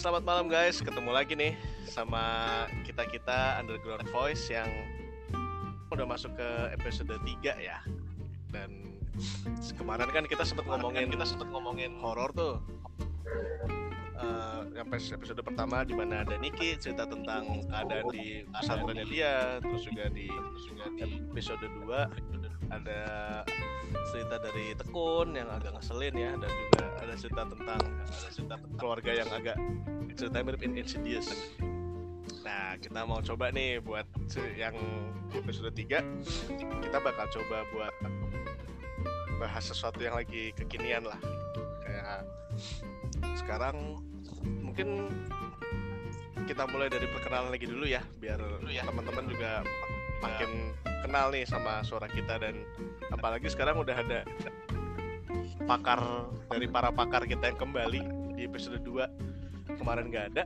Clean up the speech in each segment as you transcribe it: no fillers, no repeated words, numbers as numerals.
selamat malam guys. Ketemu lagi nih sama kita Underground Voice yang udah masuk ke episode 3 ya. Dan kemarin kan kita sempat ngomongin horor tuh. Sampai episode pertama di mana ada Niki cerita tentang keadaan di pesantrennya dia, terus juga di episode 2 ada cerita dari Tekun yang agak ngeselin ya, dan juga ada cerita tentang keluarga yang agak cerita mirip Insidious. Nah, kita mau coba nih buat yang episode 3 kita bakal coba buat bahas sesuatu yang lagi kekinian lah. Kayak sekarang mungkin kita mulai dari perkenalan lagi dulu ya, biar teman-teman juga makin kenal nih sama suara kita. Dan apalagi sekarang udah ada pakar dari para pakar kita yang kembali di episode 2. Kemarin gak ada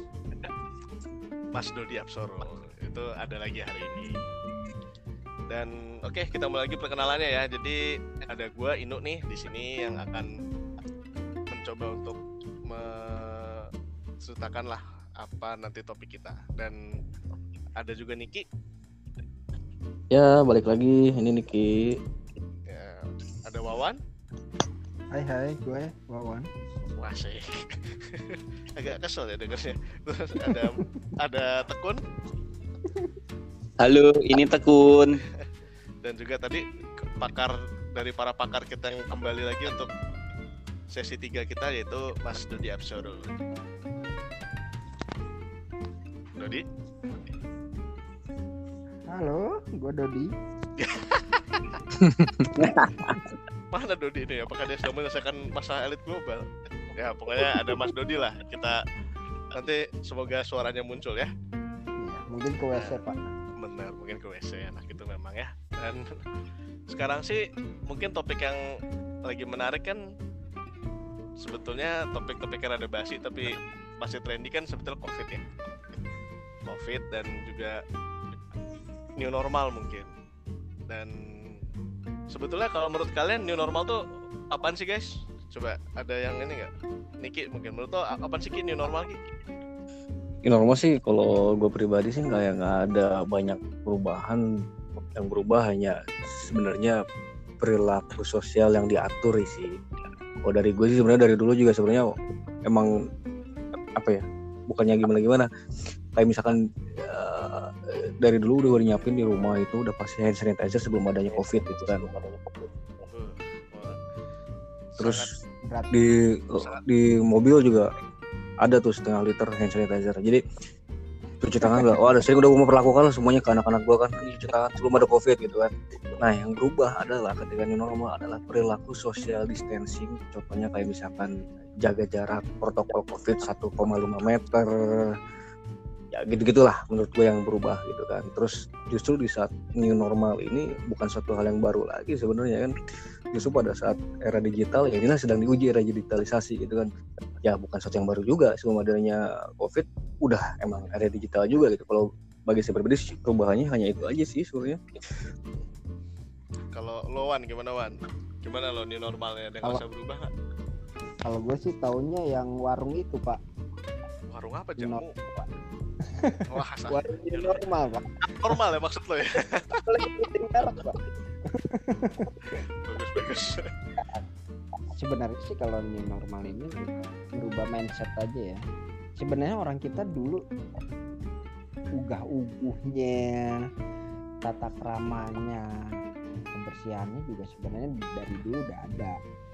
Mas Dodi Absoro, itu ada lagi hari ini. Dan oke, kita mulai lagi perkenalannya ya. Jadi ada gua Inu nih di sini yang akan mencoba untuk menceritakan lah apa nanti topik kita. Dan ada juga Niki. Ya, balik lagi. Ini Niki. Ya, ada Wawan. Hai, gue Wawan. Wah sih, agak kesel ya dengarnya. Terus ada Tekun. Halo, ini Tekun. Dan juga tadi pakar dari para pakar kita yang kembali lagi untuk sesi 3 kita, yaitu Mas Dodi Absoro. Dodi? Halo, gue Dodi. Mana Dodi ini? Apakah dia sudah menyelesaikan masalah elit global? Ya pokoknya ada Mas Dodi lah. Kita nanti semoga suaranya muncul ya. Ya, mungkin ke WC Pak. Benar, mungkin ke WC. Nah gitu memang ya. Dan sekarang sih mungkin topik yang lagi menarik kan, sebetulnya topik-topik yang ada basi tapi masih trendy kan sebetulnya COVID ya. COVID dan juga new normal mungkin. Dan sebetulnya kalau menurut kalian new normal tuh apaan sih guys? Coba ada yang ini nggak? Niki mungkin menurut lo apaan sih new normal Ki? Ini normal sih kalau gue pribadi sih nggak ada banyak perubahan. Yang berubah hanya sebenarnya perilaku sosial yang diatur sih. Kalau dari gue sih sebenarnya dari dulu juga sebenarnya emang apa ya? Bukannya gimana. Kayak misalkan dari dulu udah nyiapin di rumah itu udah pasti hand sanitizer sebelum adanya COVID gitu kan. Terus di mobil juga ada tuh 0,5 liter hand sanitizer. Jadi cuci tangan nggak? Wah, saya udah memperlakukan semuanya ke anak-anak gua kan cuci tangan sebelum ada COVID gitu kan. Nah, yang berubah adalah ketika new normal adalah perilaku social distancing. Contohnya kayak misalkan jaga jarak, protokol COVID 1,5 meter. Ya gitu-gitulah menurut gue yang berubah gitu kan. Terus justru di saat new normal ini bukan suatu hal yang baru lagi sebenarnya kan. Justru pada saat era digital ya inilah sedang diuji era digitalisasi gitu kan. Ya bukan sesuatu yang baru juga, sebelum adanya COVID udah emang era digital juga gitu. Kalau bagi saya pribadi perubahannya hanya itu aja sih sebenarnya. Kalau lo Wan gimana Wan? Gimana lo new normalnya? Ada nggak usah berubah nggak? Kalau gue sih taunya yang warung itu Pak. Warung apa jamu? Wah, warung new normal Pak. Normal ya maksud lo ya? Pak. Bagus. Sebenarnya sih kalau new normal ini merubah mindset aja ya. Sebenarnya orang kita dulu ugah-uguhnya, tata keramanya, kebersihannya juga sebenarnya dari dulu udah ada.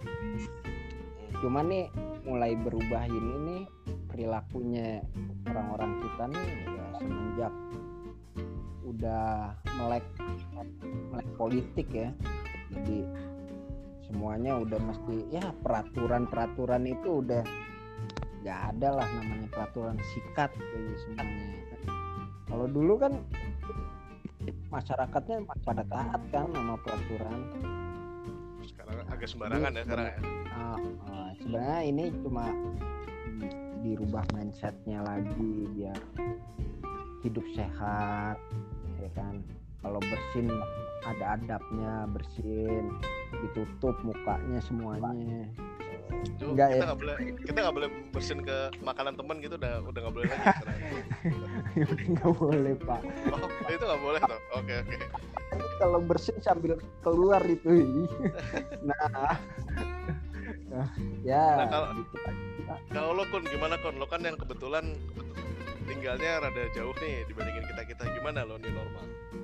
Cuman nih mulai berubah ini nih perilakunya orang-orang kita nih ya semenjak udah melek politik ya. Jadi semuanya udah mesti ya peraturan itu udah nggak ada lah namanya peraturan sikat kayak semuanya. Kalau dulu kan masyarakatnya pada taat kan sama peraturan. Sekarang agak sembarangan ya sekarang ya. Sebenarnya ini cuma dirubah mindsetnya lagi biar hidup sehat ya kan. Kalau bersin ada adabnya, bersin, ditutup mukanya semuanya. Enggak kita ya. nggak boleh bersin ke makanan teman gitu, udah nggak boleh lagi sekarang. Nggak boleh Pak. Oh, itu nggak boleh toh. Oke. Kalau bersin sambil keluar itu. Nah, ya. Nah, Gitu. kalau lo Kun, gimana Kun? Lo kan yang kebetulan tinggalnya rada jauh nih dibandingin kita gimana lo new normal?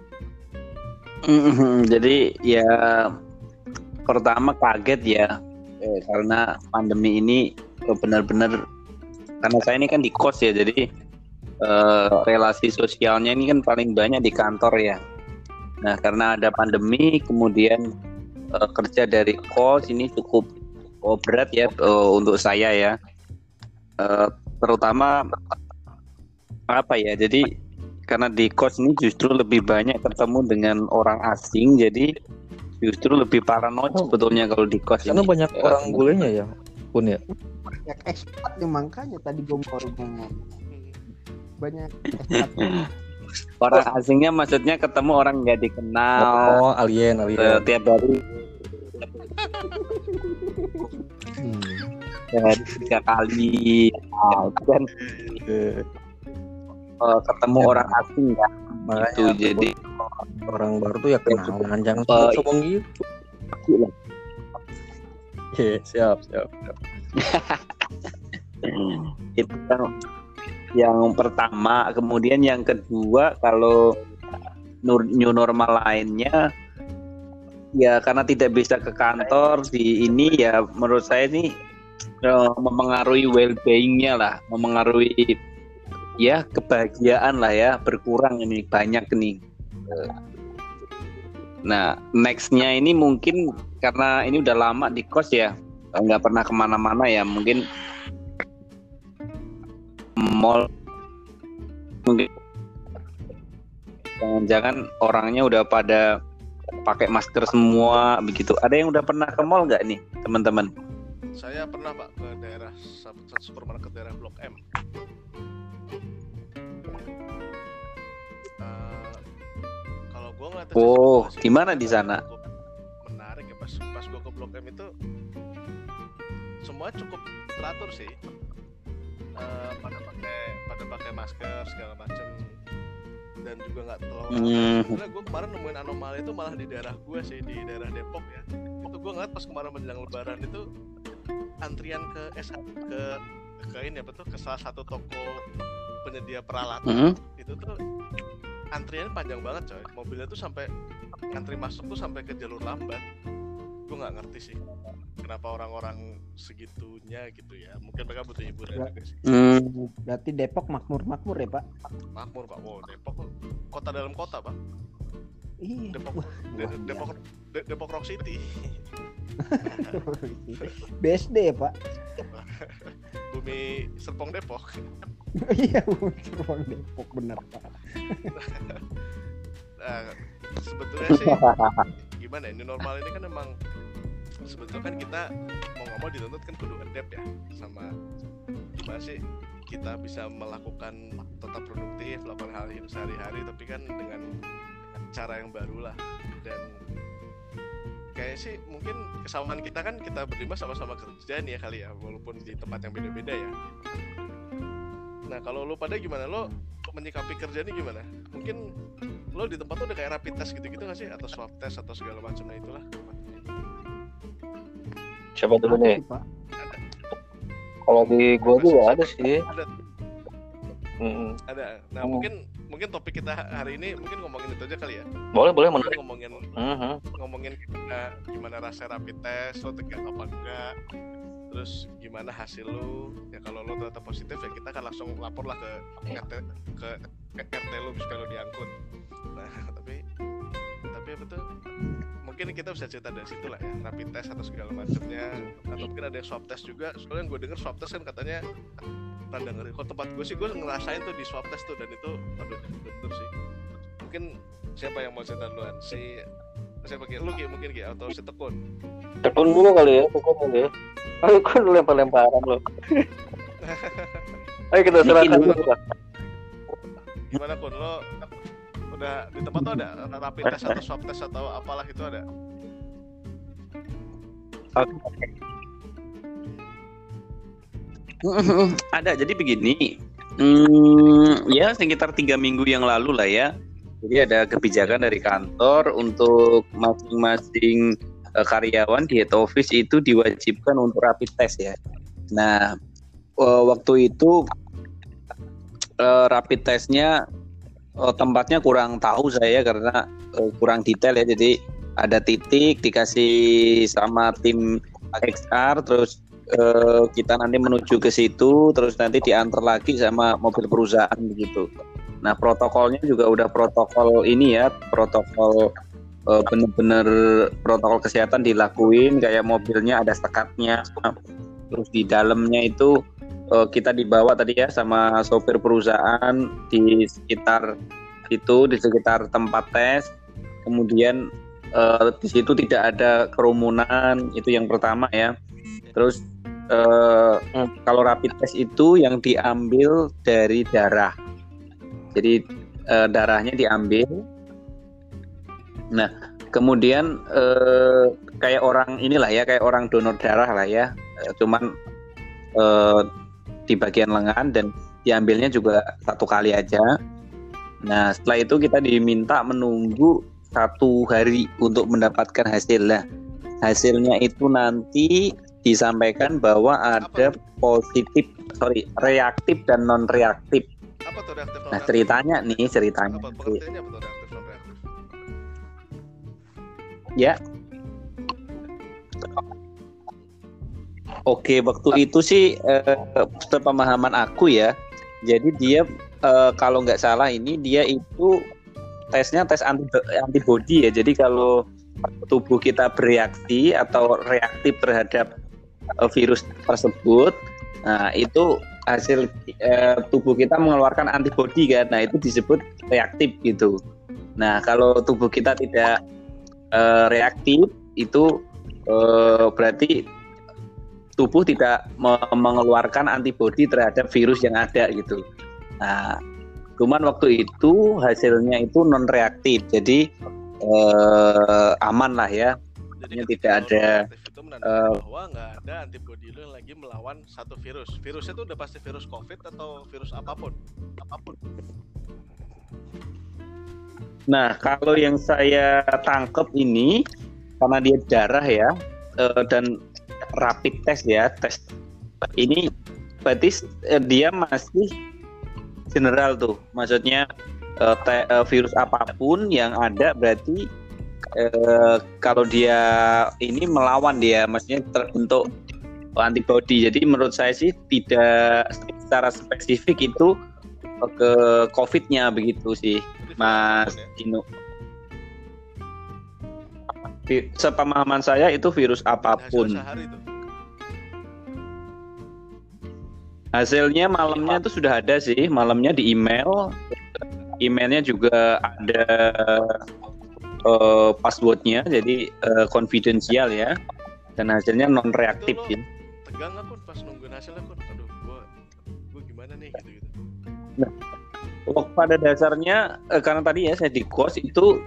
Jadi ya pertama kaget ya, karena pandemi ini benar-benar, karena saya ini kan di kos ya, jadi relasi sosialnya ini kan paling banyak di kantor ya. Nah karena ada pandemi, kemudian kerja dari kos ini cukup berat ya untuk saya ya, terutama apa ya, jadi karena di kos ini justru lebih banyak ketemu dengan orang asing, jadi justru lebih paranoid sebetulnya kalau di kos Karena ini. banyak orang bulenya ya, Pun ya. Banyak ekspat nih, makanya tadi gue baru ngomong. Banyak ekspat. Orang asingnya maksudnya ketemu orang nggak dikenal, Oh, alien. tiap hari sehari 3 kali, nah, itu kan ketemu orang asing ya, Makanya itu jadi orang baru tuh ya kenalan, jangan sombong gitu. Oke, siap. itu yang pertama. Kemudian yang kedua, kalau new normal lainnya ya karena tidak bisa ke kantor di ini ya, menurut saya ini memengaruhi well-being-nya lah, memengaruhi ya kebahagiaan lah ya, berkurang ini banyak nih. Nah nextnya ini mungkin karena ini udah lama di kos ya, nggak pernah kemana-mana ya, mungkin mall, mungkin jangan-jangan orangnya udah pada pakai masker semua begitu. Ada yang udah pernah ke mall nggak nih teman-teman? Saya pernah Pak ke daerah satu supermarket daerah Blok M. Kalau gue ngeliatnya sih gimana di sana? menarik ya, pas gue ke Blok M itu semua cukup teratur sih. Pada pakai masker segala macam, dan juga nggak terlalu Sebenarnya gue kemarin nemuin anomali itu malah di daerah gue sih, di daerah Depok ya. Waktu gue ngeliat pas kemarin menjelang Lebaran itu antrian ke ini apa tuh, ke salah satu toko penyedia peralatan itu tuh antriannya panjang banget coy. Mobilnya tuh sampai antri masuk tuh sampai ke jalur lambat. Gue nggak ngerti sih kenapa orang-orang segitunya gitu ya. Mungkin mereka butuh hiburan juga sih. Berarti Depok makmur ya Pak? Makmur Pak. Wow, Depok kota dalam kota Pak. Iya. Depok Rock City. BSD ya Pak? Bumi Serpong Depok. Iya, Bumi Serpong Depok, benar Pak. Nah, sebetulnya sih gimana ya, new normal ini kan emang sebetulnya kan kita mau nggak mau dituntut kan kudu adapt ya sama gimana sih kita bisa melakukan tetap produktif, melakukan hal hidup sehari-hari, tapi kan dengan cara yang baru lah. Dan kayaknya sih mungkin kesamaan kita kan kita berlima sama-sama kerja nih ya kali ya, walaupun di tempat yang beda-beda ya. Nah kalau lo pada gimana, lo menyikapi kerja ini gimana? Mungkin lo di tempat tuh udah kayak rapid test gitu-gitu nggak sih, atau swab test atau segala macamnya itulah. Siapa dulu nih? Pak. Kalau di gua juga ada sih. Ada. Nah mungkin topik kita hari ini mungkin ngomongin itu aja kali ya. Boleh menarik. Ngomongin gimana rasa rapid test, lo tegang apa enggak, terus gimana hasil lo. Ya kalau lo ternyata positif ya kita akan langsung lapor lah ke RT lo supaya lo diangkut. Nah tapi apa tuh, mungkin kita bisa cerita dari situ lah ya, rapid test atau segala macamnya, atau mungkin ada yang swab test juga. Soalnya yang gue denger swab test kan katanya rada ngeri. Kalau tempat gue sih gue ngerasain tuh di swab test tuh, dan itu aduh bener sih. Mungkin siapa yang mau cerita duluan? Siapa Ki? Lu Ki mungkin Ki, atau si Tekun? Tekun dulu kali ya, Ayo kan lempar-lemparan lo. Ayo kita serahkan dulu. Gimana Kun? Lo udah di tempat tuh ada rapid test atau swab test atau apalah itu ada? Ada, jadi begini, ya sekitar 3 minggu yang lalu lah ya. Jadi ada kebijakan dari kantor untuk masing-masing karyawan di head office itu diwajibkan untuk rapid test ya. Nah, waktu itu rapid testnya tempatnya kurang tahu saya karena kurang detail ya. Jadi ada titik dikasih sama tim XR, terus kita nanti menuju ke situ, terus nanti diantar lagi sama mobil perusahaan begitu. Nah, protokolnya juga udah protokol ini ya, protokol bener-bener protokol kesehatan dilakuin, kayak mobilnya ada sekatnya, terus di dalamnya itu kita dibawa tadi ya sama sopir perusahaan di sekitar itu, di sekitar tempat tes. Kemudian di situ tidak ada kerumunan, itu yang pertama ya. Terus kalau rapid test itu yang diambil dari darah. Jadi darahnya diambil. Nah, kemudian kayak orang inilah ya, kayak orang donor darah lah ya. Cuman di bagian lengan dan diambilnya juga 1 kali aja. Nah, setelah itu kita diminta menunggu 1 hari untuk mendapatkan hasil. Nah, hasilnya itu nanti disampaikan bahwa ada reaktif dan non reaktif. Apa tuh reaktif non Nah, reaktif? ceritanya. Apa pengertiannya apa tuh reaktif non reaktif? Ya. Oke, waktu itu sih sepemahaman aku ya. Jadi dia kalau nggak salah ini dia itu tesnya tes antibody ya. Jadi kalau tubuh kita bereaksi atau reaktif terhadap virus tersebut, nah itu hasil tubuh kita mengeluarkan antibody kan. Nah, itu disebut reaktif gitu. Nah, kalau tubuh kita tidak reaktif itu berarti tubuh tidak mengeluarkan antibodi terhadap virus yang ada gitu. Nah, cuman waktu itu hasilnya itu non reaktif, jadi aman lah ya. Jadi tidak ada itu menandakan bahwa nggak ada antibodi lu yang lagi melawan satu virus. Virusnya itu udah pasti virus COVID atau virus apapun. Nah, kalau yang saya tangkap ini karena dia darah ya dan rapid test ya, tes ini berarti dia masih general tuh, maksudnya virus apapun yang ada berarti kalau dia ini melawan dia, maksudnya terbentuk antibody. Jadi menurut saya sih tidak secara spesifik itu ke COVID-nya begitu sih, Mas Dino. Sepemahaman saya itu virus apapun. Hasilnya malamnya itu sudah ada sih, malamnya di emailnya juga ada passwordnya, jadi confidential ya, dan hasilnya non reaktif sih. Tegang aku pas nungguin hasilnya aku, aduh gua gimana nih gitu. Nah, pada dasarnya karena tadi ya saya di kos itu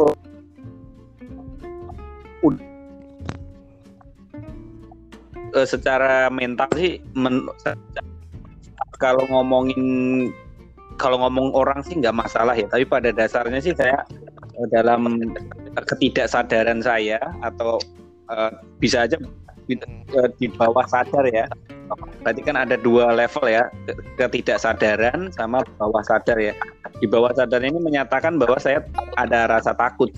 secara mental sih kalau ngomong orang sih nggak masalah ya, tapi pada dasarnya sih saya dalam ketidaksadaran saya atau bisa aja di bawah sadar ya, berarti kan ada 2 level ya, ketidaksadaran sama bawah sadar ya. Di bawah sadar ini menyatakan bahwa saya ada rasa takut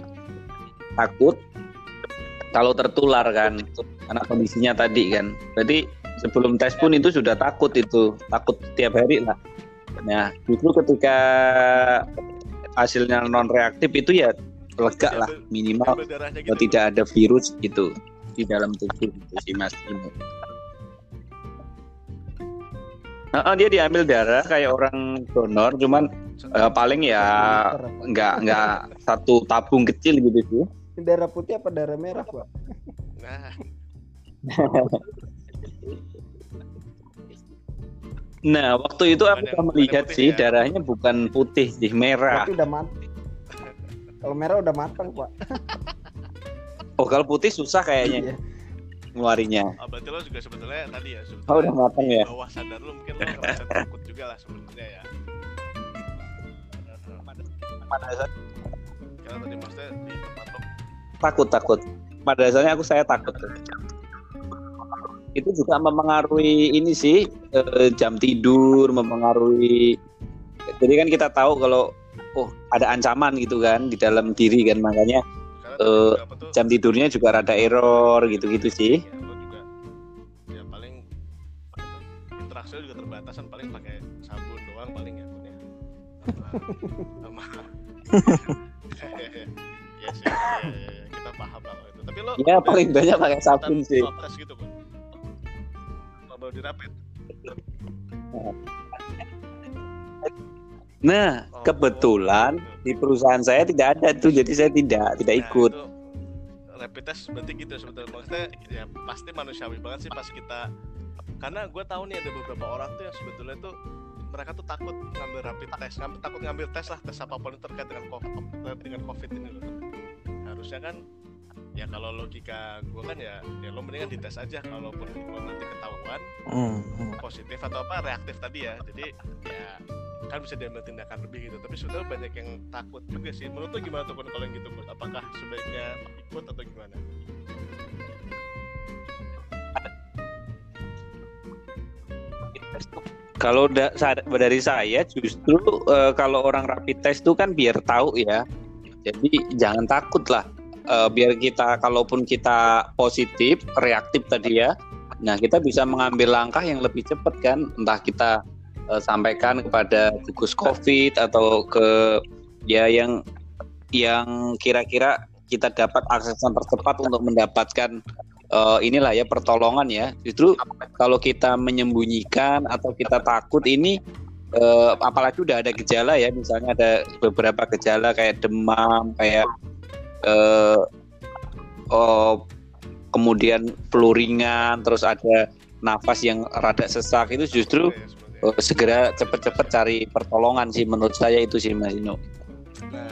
kalau tertular kan, karena kondisinya tadi kan. Berarti sebelum tes pun itu sudah takut setiap hari lah. Nah, justru ketika hasilnya non reaktif itu ya lega lah, minimal gitu. Tidak ada virus gitu di dalam tubuh itu sih Mas ini. Dia diambil darah kayak orang donor, cuman paling ya nggak 1 tabung kecil gitu sih. Darah putih apa darah merah, Pak? Nah, waktu itu aku melihat sih ya, darahnya bukan putih sih, merah. Tapi udah mati. Kalau merah udah matang, Pak. Oh, kalau putih susah kayaknya. Iya. ngeluarinya. Berarti lo juga sebetulnya tadi ya Oh, udah matang ya. bawah sadar lo mungkin lo ngerasa takut juga lah sebenarnya ya. Pada dasarnya Karena tadi maksudnya di tempat lo takut. Pada dasarnya saya takut. Itu juga mempengaruhi ini sih, jam tidur, mempengaruhi. Jadi kan kita tahu kalau ada ancaman gitu kan di dalam diri kan, makanya jam tidurnya juga rada error gitu-gitu sih. ya, lo juga ya paling interaksi juga terbatasan, paling pakai sabun doang paling ya Kun ya. Sama ya sih ya, kita paham lah kalau itu. Tapi lo Ya paling banyak pakai sabun sih. swab test gitu Kun. Lo baru di rapid. Nah, kebetulan di perusahaan saya tidak ada tuh, jadi saya tidak ikut. Itu rapid test berarti gitu sebetulnya. Maksudnya ya pasti manusiawi banget sih pas kita, karena gue tahu nih ada beberapa orang tuh yang sebetulnya tuh mereka tuh takut ngambil rapid test, takut ngambil tes lah, tes apapun itu terkait dengan COVID ini loh. Harusnya kan ya kalau logika gue kan ya lo mendingan dites aja, kalaupun lo nanti ketahuan positif atau apa reaktif tadi ya, jadi ya kan bisa diambil tindakan lebih gitu. Tapi sebetulnya banyak yang takut juga sih. Menurut lo gimana tuh kalau yang gitu? Apakah sebaiknya ikut atau gimana? Kalau dari saya justru kalau orang rapid test itu kan biar tahu ya. Jadi jangan takut lah. Biar kita kalaupun kita positif, reaktif tadi ya. Nah, kita bisa mengambil langkah yang lebih cepat kan. Entah kita sampaikan kepada gugus COVID atau ke ya yang kira-kira kita dapat akses yang tercepat untuk mendapatkan inilah ya pertolongan ya. Justru kalau kita menyembunyikan atau kita takut ini apalagi udah ada gejala ya, misalnya ada beberapa gejala kayak demam, kayak kemudian flu ringan, terus ada nafas yang rada sesak, itu justru segera cepet-cepet cari pertolongan sih, menurut saya itu sih Mas Ino. Nah,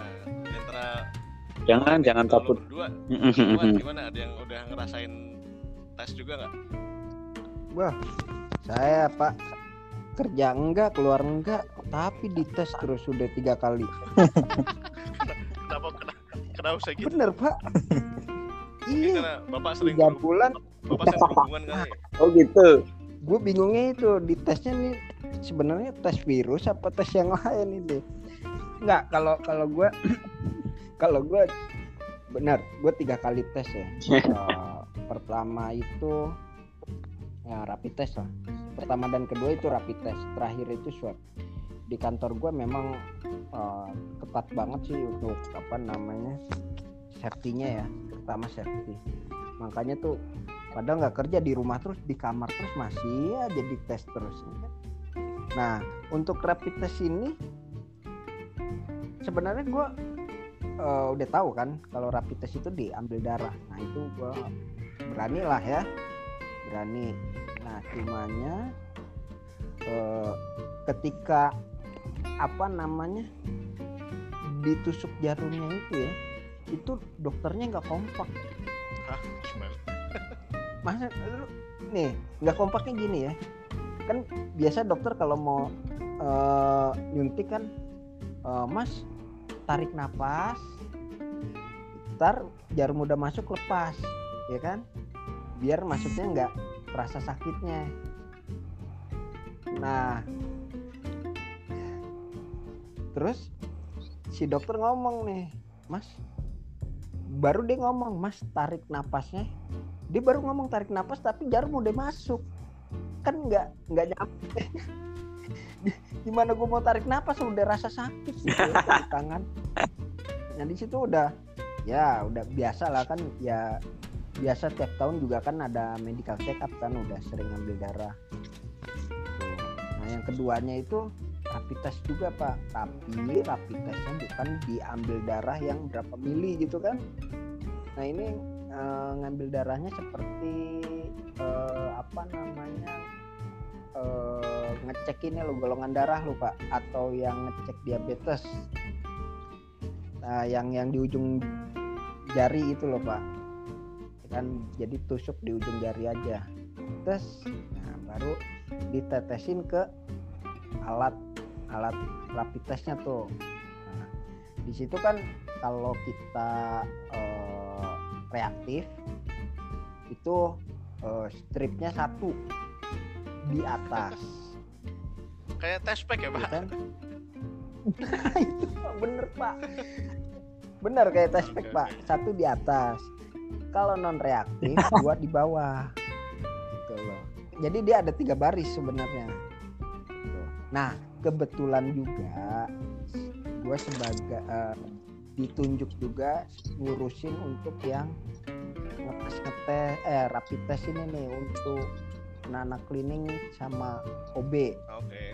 Jangan takut. Berdua, gimana? Ada yang udah ngerasain tes juga nggak? Wah, saya Pak kerja enggak, keluar enggak, tapi dites terus sudah 3 kali. Kenapa saya gitu? Bener Pak. Iya. Karena Bapak sering 3 bulan. Bapak sering berhubungan kali. Oh gitu. Gue bingungnya itu di tesnya nih sebenarnya tes virus apa tes yang lain ini. Enggak, kalau gue benar, gue 3 kali tes ya. Pertama itu ya rapid test lah. Pertama dan kedua itu rapid test, terakhir itu swab. Di kantor gue memang ketat banget sih untuk safety-nya ya, terutama safety. Makanya tuh padahal nggak kerja di rumah terus, di kamar terus masih aja dites terus. Nah untuk rapid test ini sebenarnya gue udah tahu kan kalau rapid test itu diambil darah. Nah itu gue berani. Nah cumanya ketika ditusuk jarumnya itu ya, itu dokternya nggak kompak. Hah? Gimana? Masa lu nih nggak kompaknya gini ya, kan biasa dokter kalau mau nyuntik kan mas tarik napas, ntar jarum udah masuk lepas ya kan, biar masuknya nggak terasa sakitnya. Nah terus si dokter ngomong nih, mas, baru dia ngomong mas tarik napasnya, dia baru ngomong tarik napas tapi jarum udah masuk, kan nggak nyampe. Gimana gue mau tarik napas udah rasa sakit gitu ya, di tangan. Nah di situ udah biasa lah kan ya, biasa tiap tahun juga kan ada medical check up kan, udah sering ngambil darah. Nah yang keduanya itu rapid test juga Pak, tapi rapid testnya bukan diambil darah yang berapa mili gitu kan. Nah ini ngambil darahnya seperti ngecek ini lo golongan darah lo Pak, atau yang ngecek diabetes. Nah yang di ujung jari itu loh Pak, kan, jadi tusuk di ujung jari aja, terus baru ditetesin ke alat rapid testnya tuh. Nah, di situ kan kalau kita reaktif itu stripnya 1 di atas. Kayak test pack ya Pak? Kan? Itu bener Pak. Bener kayak test pack Pak. 1 di atas. Kalau non reaktif 2 di bawah. Gitu loh. Jadi dia ada 3 baris sebenarnya. Gitu. Nah kebetulan juga gue sebagai ditunjuk juga ngurusin untuk yang ngetes rapid test ini nih untuk anak cleaning sama OB. Oke.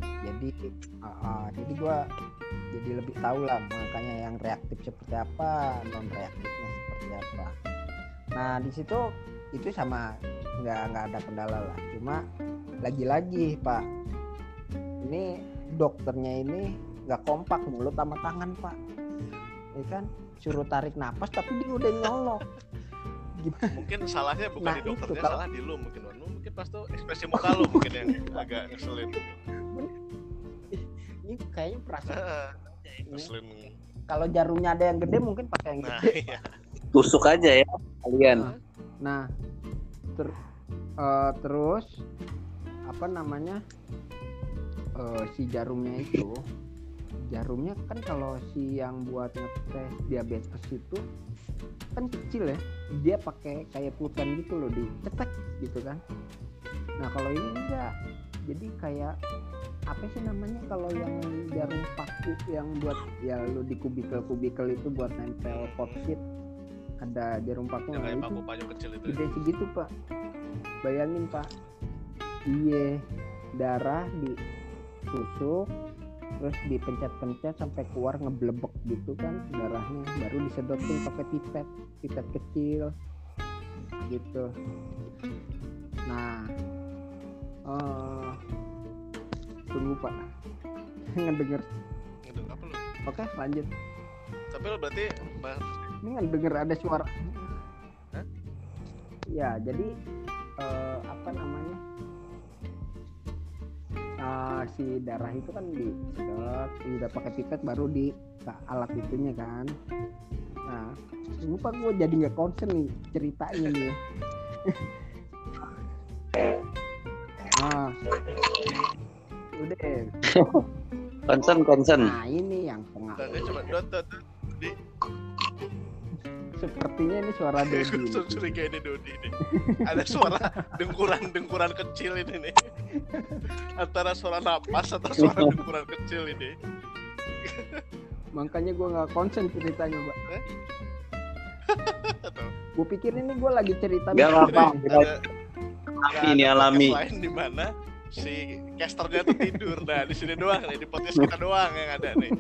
Jadi gue jadi lebih tahu lah makanya yang reaktif seperti apa, non reaktifnya seperti apa. Nah di situ itu sama nggak ada kendala lah. Cuma lagi-lagi Pak, ini dokternya ini nggak kompak mulut sama tangan Pak, ya kan, suruh tarik napas tapi dia udah nyolok. Gimana? Mungkin salahnya bukan Nah, di dokternya, itu, salah di lu mungkin. Lu mungkin pas tuh ekspresi muka lu mungkin yang agak ngeselin. Ini kayaknya perasaan Ngeselin. kalau jarumnya ada yang gede mungkin pakai yang Nah, gede. iya. Tusuk aja ya kalian. Nah, terus apa namanya, si jarumnya kan kalau si yang buat ngetes diabetes itu kan kecil ya, dia pakai kayak pulpen gitu loh, dicetek gitu kan. Nah kalau ini enggak, jadi kayak apa sih namanya kalau yang jarum paku yang buat ya lu di kubikel itu buat nempel potsit, ada jarum paku Yang kayak itu paku payung kecil itu. gede segitu Pak. Bayangin Pak, iya, darah ditusuk terus dipencet-pencet sampai keluar ngeblebek gitu kan darahnya, baru disedotin pakai pipet kecil gitu. Nah tunggu Pak ngedenger. Ngedeng apa lu? Oke lanjut. Tapi lu berarti Ini ngedenger ada suara. Hah? Ya jadi apa namanya, si darah itu kan disedot, udah pakai pipet baru di alat itunya kan. Nah lupa gue jadi nggak konsen nih ceritanya nih. Nah udah. Concern. Nah ini yang tengah. tadi cuma dot di Sepertinya ini suara Dodi. curiga ini Dodi nih. Ada suara dengkuran kecil ini nih. Antara suara napas atau suara dengkuran kecil ini. Makanya gue nggak konsen ceritanya Pak. Atau Gue pikir ini gue lagi cerita Gak apa-apa. ada Ini alami. podcast lain di mana si casternya tuh tidur. Nah di sini doang nih, di podcast kita doang yang ada nih.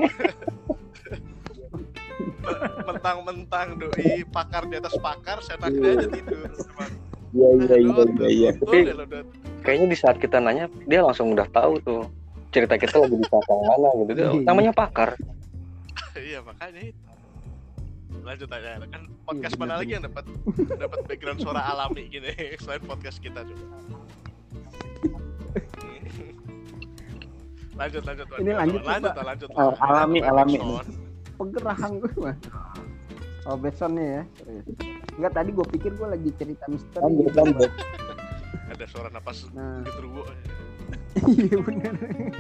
Mentang-mentang doi pakar di atas pakar, senaknya aja tidur. Iya. Tapi kayaknya di saat kita nanya dia langsung udah tahu tuh cerita kita lagi di pasang mana gitu. Dia namanya pakar. Iya makanya itu. Lanjut aja kan podcast Iya, mana bener. lagi yang dapat background suara alami gini selain podcast kita juga. Lanjut. Ini lanjut, lanjut. Alami. Pengerahang gue Mas. Oh besoknya ya. Enggak, tadi gue pikir gue lagi cerita misteri. Lanjut. Ada suara napas Nah. gitu. Iya bener.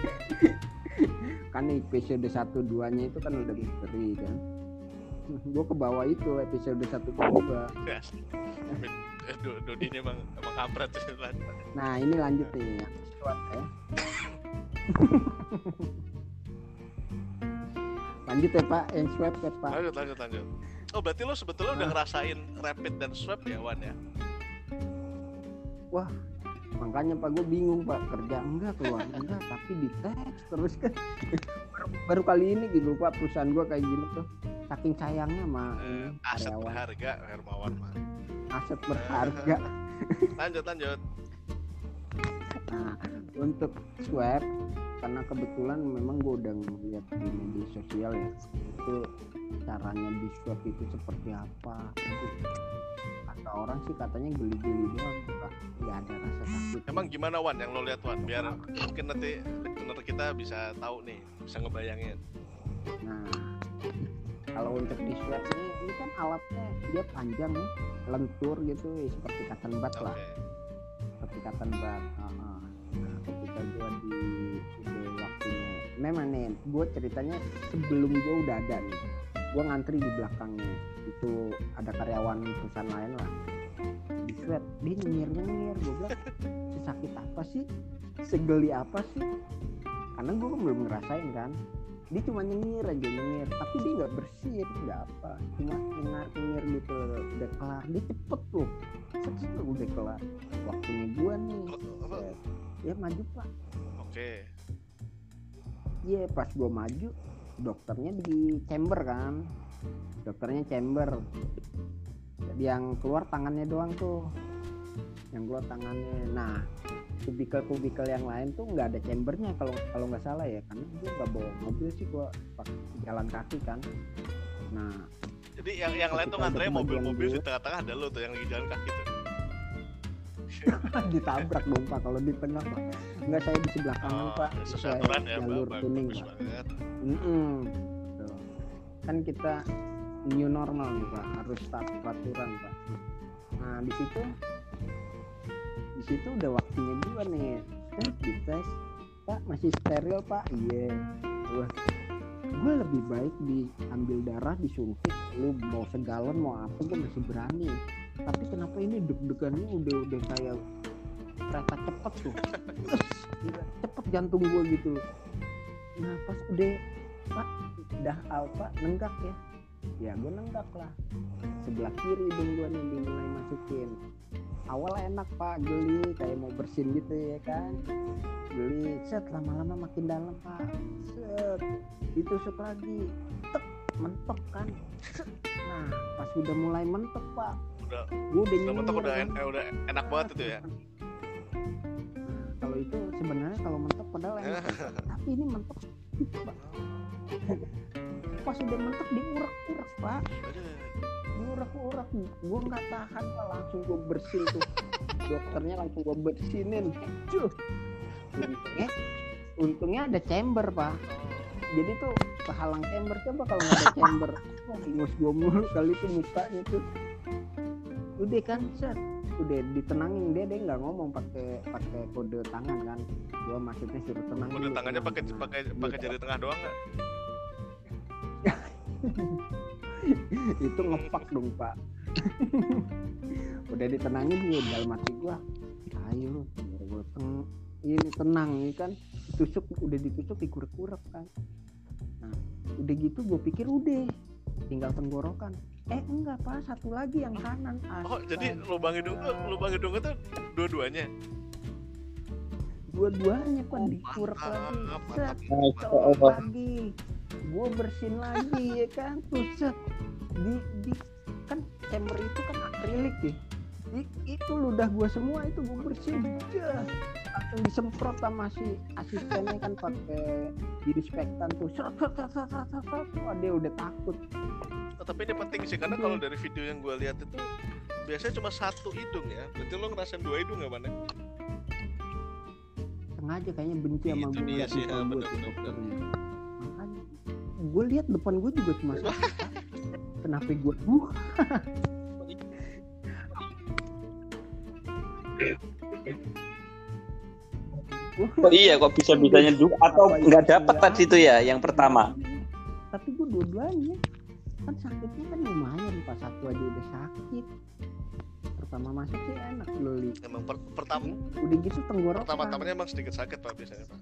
Kan episode 1-2 nya itu kan udah misteri kan. Gue ke bawah itu episode 1-2. Dodi ini emang kampret sih. Nah ini lanjut nih yang swab ya. Lanjut ya Pak, yang swab ya Pak. Lanjut. Oh berarti lo sebetulnya udah ngerasain rapid dan swab ya Wan ya? Wah makanya Pak gue bingung Pak, kerja enggak, keluar enggak, tapi dites terus kan. baru kali ini gitu Pak perusahaan gue kayak gini tuh, saking sayangnya sama Aset karyawan. berharga Hermawan mah. Aset berharga. Lanjut. Nah untuk swab, karena kebetulan memang gue udah ngeliat di media sosial ya, itu caranya di swab itu seperti apa. Aduh, orang sih katanya geli-geli doang, Pak. Nggak ada rasa sakit. Emang gimana Wan yang lo lihat Wan? Biar mungkin nanti bener kita bisa tahu nih, bisa ngebayangin. Nah, kalau untuk di swab ini kan alatnya dia panjang nih, lentur gitu, ya, seperti cotton bud lah, seperti cotton bud. Nah, ketika gue udah waktunya, memang nih, gue ceritanya sebelum gue udah ada nih, gue ngantri di belakangnya, itu ada karyawan perusahaan lain lah, di swab, dia nyengir, gue bilang, sesakit apa sih, segeli apa sih, karena gue belum ngerasain kan. Dia cuma nyengir, tapi dia nggak bersin, nggak apa, cuma nyengir gitu, udah kelar, dia cepet tuh, udah kelar, waktunya gua nih, ya maju Pak. Oke. Iya, pas gua maju, dokternya di chamber kan, dokternya chamber, jadi yang keluar tangannya doang tuh, yang keluar tangannya. Nah, kubikel yang lain tuh nggak ada chambernya kalau nggak salah ya, karena gue nggak bawa mobil sih, gue pakai jalan kaki kan. Nah, jadi yang lain tuh ngantre mobil-mobil di tengah-tengah ada lo tuh yang lagi jalan kaki tuh. ditabrak dong Pak kalau di tengah Pak. Nggak, saya di sebelah kanan Pak, sesuai aturan ya, jalur kuning Pak. Kan kita new normal nih Pak, harus taat peraturan Pak. Nah di situ udah waktunya gua nih dites, Pak masih steril Pak. Iya, gue lebih baik diambil darah, disuntik, lu mau segalon mau apa gue masih berani. Tapi kenapa ini deg-degannya udah kayak kereta cepet tuh, cepet jantung gue gitu. Nah pas udah Pak udah Pak nenggak ya gue nenggak lah, sebelah kiri dong gue nih dimulai masukin. Awal enak Pak, geli kayak mau bersin gitu ya kan, geli, set lama-lama makin dalam Pak, set ditusuk lagi, tek, mentok kan, set. Nah pas udah mulai mentok Pak, udah mentok, udah enak banget itu ya. Kalau itu sebenarnya kalau mentok padahal enak, tapi ini mentok gitu Pak. Pas udah mentok diurak-urak Pak, diurak-urak, gue nggak tahan Pak, langsung gue bersin tuh, dokternya langsung gue bersinin, untungnya ada chamber Pak, jadi tuh kehalang chamber. Coba kalau nggak ada chamber, ingus gue mulu kali itu mukanya tuh. Udah kan set, udah ditenangin, dia nggak ngomong pakai kode tangan kan, gue maksudnya suruh tenang. Kode tangannya pakai jari tengah doang nggak? Itu ngepak dong Pak. Udah ditenangin ya dalam hati gua, ayo gua ini tenang nih kan, udah ditusuk dikurek-kurek kan. Nah udah gitu gua pikir udah tinggal tenggorokan, enggak Pak, satu lagi yang kanan. Oh jadi lubang hidung itu dua-duanya Pak, dikurek lagi, set, lagi gue bersin lagi ya kan, tuh di kan chamber itu kan akrilik ya, itu ludah gue semua itu gue bersin, langsung disemprot sama si asistennya kan pakai disinfektan tuh, wah dia udah takut. Tapi ini penting sih, karena kalau dari video yang gue lihat itu biasanya cuma satu hidung ya, berarti lo ngerasain dua hidung ya mana? Sengaja kayaknya benci sama gue. Iya sih, benar. Gue lihat depan gue juga cuma satu. Kenapa gue iya kok bisa-bisanya juga, atau nggak dapat tadi itu ya yang pertama. Tapi gue dua-duanya kan sakitnya kan lumayan Pak, satu aja udah sakit. Pertama masuk sih enak loli. Emang pertama udah gitu tenggorokan. Pertama-tamanya emang sedikit sakit Pak biasanya Pak.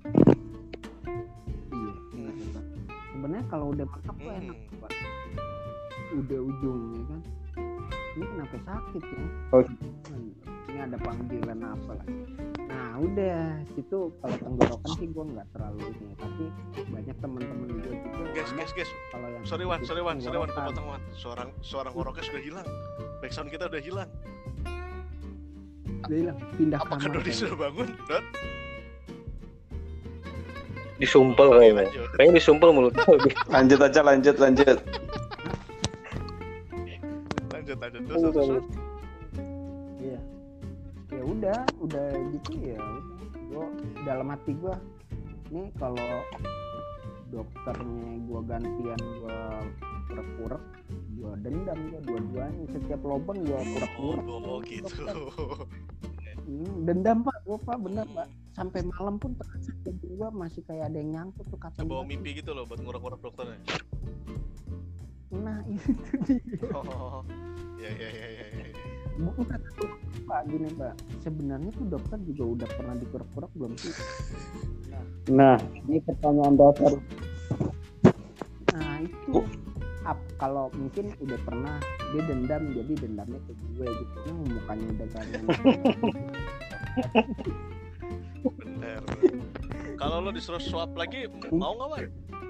Iya Pak. Sebenarnya kalau udah mentok tuh enak Pak. Udah ujungnya kan. Ini kenapa sakit ya? Ini ada panggilan apa lah. Nah udah situ kalau tenggorokan sih gue nggak terlalu ini, tapi banyak teman-teman gue juga. Guys. Kalau yang sorry Wan, gue potong Wan. Suara ngoroknya sudah hilang. Backsound kita udah hilang. Udah hilang, pindah kamar. Apakah Dodi sudah bangun, Dot? Disumpel kayaknya disumpel mulut. Lanjut aja. Lanjut terus. Iya. Ya udah gitu ya. Gue dalam hati gue, nih kalau dokternya gue gantian gue purek-purek, gue dendam gue dua-duanya, setiap lubang gue purek-purek. Oh gitu. Dendam pak, gue pak bener pak, sampai malam pun gue masih kayak ada yang nyangkut tuh kata Bawa mimpi gitu loh buat ngurek-ngurek dokternya. Nah itu dia. Oh, ya. Bukan pak, gini pak, sebenarnya tuh dokter juga udah pernah dikurek-kurek belum sih? Nah ini pertanyaan dasar. Nah itu kalau mungkin udah pernah, dia dendam, jadi dendamnya ke gue gitu. Mukanya udah ganti. Bener. Kalau lo disuruh swab lagi, mau nggak, Wan?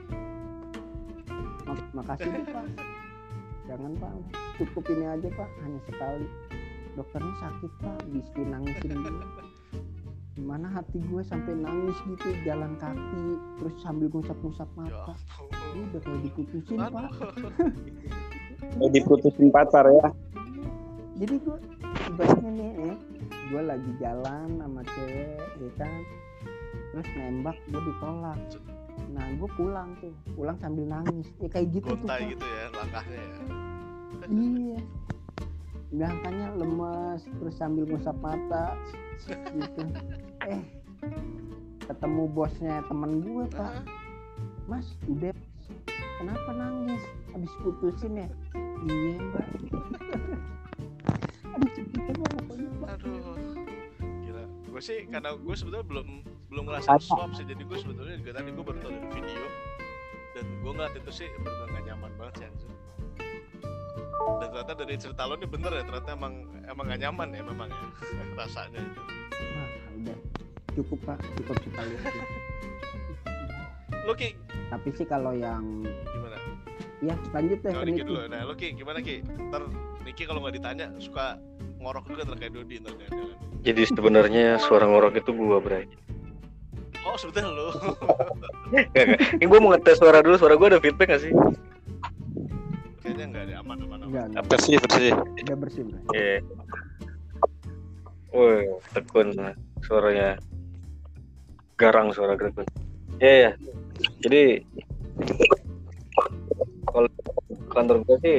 Makasih deh pak, jangan pak, cukup ini aja pak, hanya sekali. Dokternya sakit pak, bisa nangisin gue. Gimana hati gue sampai nangis gitu, jalan kaki terus sambil ngusap-ngusap mata. Ini udah kayak diputusin pak. Diputusin pacar ya. Jadi gue ibaratnya nih, gue lagi jalan sama cewek, ya kan, terus nembak, gue ditolak. Nah gue pulang sambil nangis, ya kayak gitu tuh. Gontai gitu ya langkahnya ya. Iya. Langkahnya lemas, terus sambil ngusap mata, gitu. Ketemu bosnya temen gue pak, mas udah, kenapa nangis? Habis putusin ya? Iya mbak. Aduh cerita pokoknya pak. Aduh, gila. Gue sih karena gue sebetulnya belum ngerasain swab sih, jadi gue sebetulnya juga tadi gue baru tahu dari video dan gue ngeliat itu sih benar-benar gak nyaman banget sih anjir. Dan ternyata dari cerita lo ini bener ya, ternyata emang gak nyaman ya memang ya rasanya itu. Nah udah cukup pak, cukup sekali. Lo Ki, Tapi sih kalau yang gimana? ya lanjut deh Kalau ke Niki Niki. dulu, nah lo Ki gimana Ki? Ntar Niki kalau nggak ditanya suka ngorok juga terkait Dodi ntar jangan. Jadi sebenarnya suara ngorok itu gua, Bray. Oh sebetulnya lo. Enggak. Ini gua mau ngetes suara dulu, suara gua ada feedback enggak sih? Kayaknya nggak ada, aman. Enggak. Bersih. Udah bersih bro. Iya. Woi, tekun suaranya. Garang suara tekun. Iya. Jadi kalau kantor gue sih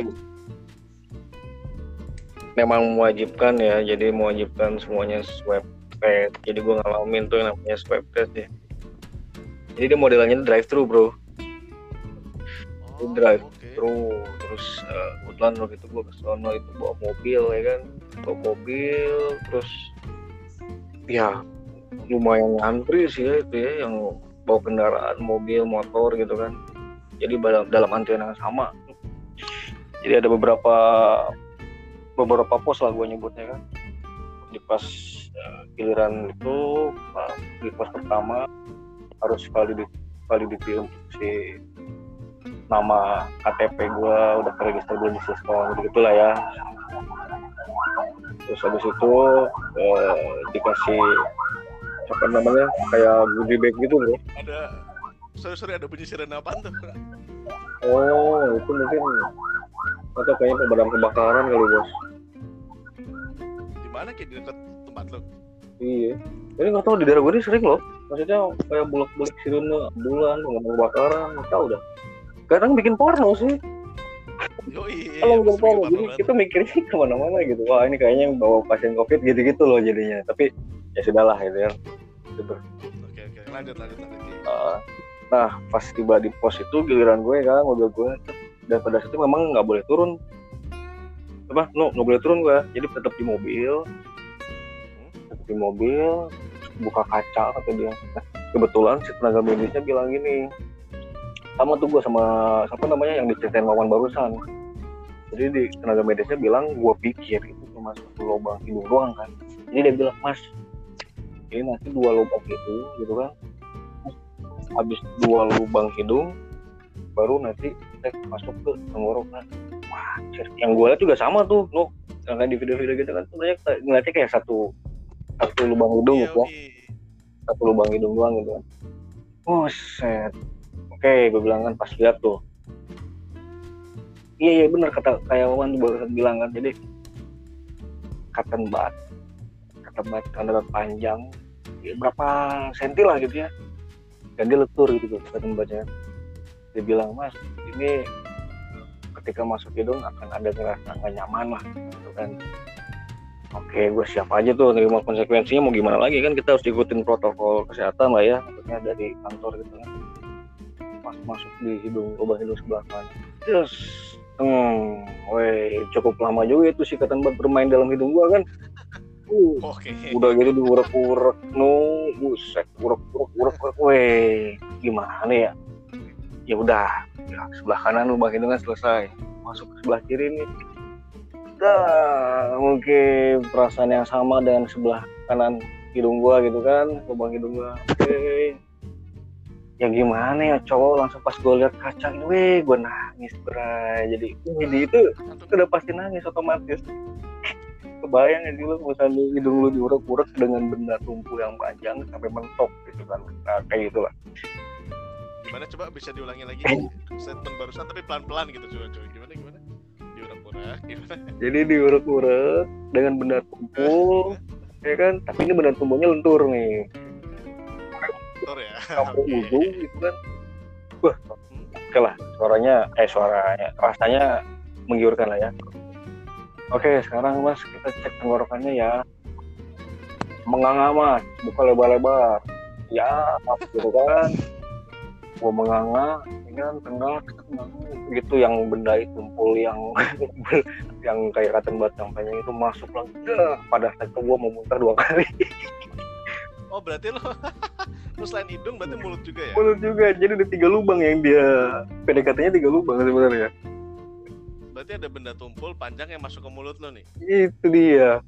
memang mewajibkan ya, jadi mewajibkan semuanya swab test. Jadi gue ngalamin tuh yang namanya swab test ya. Jadi dia modelnya drive thru bro. Oh, Drive oke. thru terus kebetulan waktu itu gue kesono itu bawa mobil ya kan, bawa mobil terus ya lumayan ngantri sih ya itu ya, yang bawa kendaraan mobil motor gitu kan. Jadi dalam antrian yang sama. Jadi ada beberapa pos lah gue nyebutnya kan. Di pas giliran itu di pos pertama harus validity untuk si nama KTP gue udah terregister belum di sistem gitu lah ya. Terus habis itu dikasih apa namanya kayak goodie bag gitu loh. Sorry ada bunyi sirene apaan tuh? Oh itu mungkin atau kayaknya pemadam kebakaran kali bos. Di mana Ki, di dekat tempat lo? Iya. Ini nggak tahu di daerah gue ini sering loh. Maksudnya kayak bolak-balik sirene bulan pemadam kebakaran nggak tahu dah. Kadang bikin porno sih. Yoi. Kalau bikin porno jadi kita mikirnya kemana-mana gitu. Wah ini kayaknya bawa pasien COVID gitu-gitu loh jadinya. Tapi ya sudahlah gitu ya. Oke. Lanjut. Nah pas tiba di pos itu giliran gue kan mobil gue dan pada saat itu memang nggak boleh turun nggak boleh turun gue, jadi tetap di mobil buka kaca kata dia. Nah, kebetulan si tenaga medisnya bilang gini, sama tuh gue sama siapa namanya yang diceritain Wawan barusan. Jadi di tenaga medisnya bilang gue pikir itu cuma satu lubang hidung doang kan. Jadi dia bilang, mas ini nanti 2 lubang hidung gitu kan, habis 2 lubang hidung baru nanti kita masuk ke tenggorokan. Wah, yang gue lihat juga sama tuh lo, yang di video-video gitu kan sebenarnya ngeliatnya kayak satu lubang hidung gitu ya, satu lubang hidung doang gitu kan. Oh set, oke gue bilang kan pas lihat tuh, iya benar kata kayak Wawan tuh baru bilang kan. Jadi cotton bud panjang ya, berapa senti lah gitu ya, dan dia lentur gitu cotton budnya. Dia bilang, Mas ini ketika masuk hidung akan ada ngerasa nggak nyaman lah gitu kan. Oke, gue siap aja tuh nerima konsekuensinya, mau gimana lagi kan, kita harus ikutin protokol kesehatan lah ya, maksudnya dari kantor gitu kan. Pas masuk di lubang hidung sebelah kanan, terus cukup lama juga itu si cotton bud bermain dalam hidung gue kan. Udah gitu diurek-urek, buset, urek-urek, gimana ya? Ya udah, ya, sebelah kanan lubang hidung kan selesai, masuk ke sebelah kiri nih. Mungkin perasaan yang sama dengan sebelah kanan hidung gua gitu kan, lubang hidung gua. Ya gimana ya, cowok langsung pas gua lihat kaca ini, gua nangis bray. Jadi itu udah pasti nangis otomatis. Kebayang ya dulu misalnya hidung lu diurek-urek dengan benda tumpul yang panjang sampai mentok gitu kan. Nah, kayak gitulah. Gimana coba bisa diulangi lagi statement barusan tapi pelan-pelan gitu coba gimana diurek-urek gimana? Jadi diurek-urek dengan benda tumpul ya kan, tapi ini benda tumpulnya lentur nih. Lentur ya. Sampai ujung gitu kan. Wah, oke lah, suaranya rasanya menggiurkan lah ya. Oke, sekarang Mas kita cek tenggorokannya ya. Menganga Mas, buka lebar-lebar. Ya, gitu kan. Gua menganga, ini kan tenggak gitu, yang benda itu tumpul yang kayak cotton bud yang panjang itu masuk lagi. Pada saat itu gua mau muntah 2 kali. Oh, berarti lo selain hidung berarti mulut juga ya? Mulut juga, jadi ada 3 lubang yang dia PDKT-nya 3 lubang sebenarnya. Berarti ada benda tumpul panjang yang masuk ke mulut lo nih? Itu dia.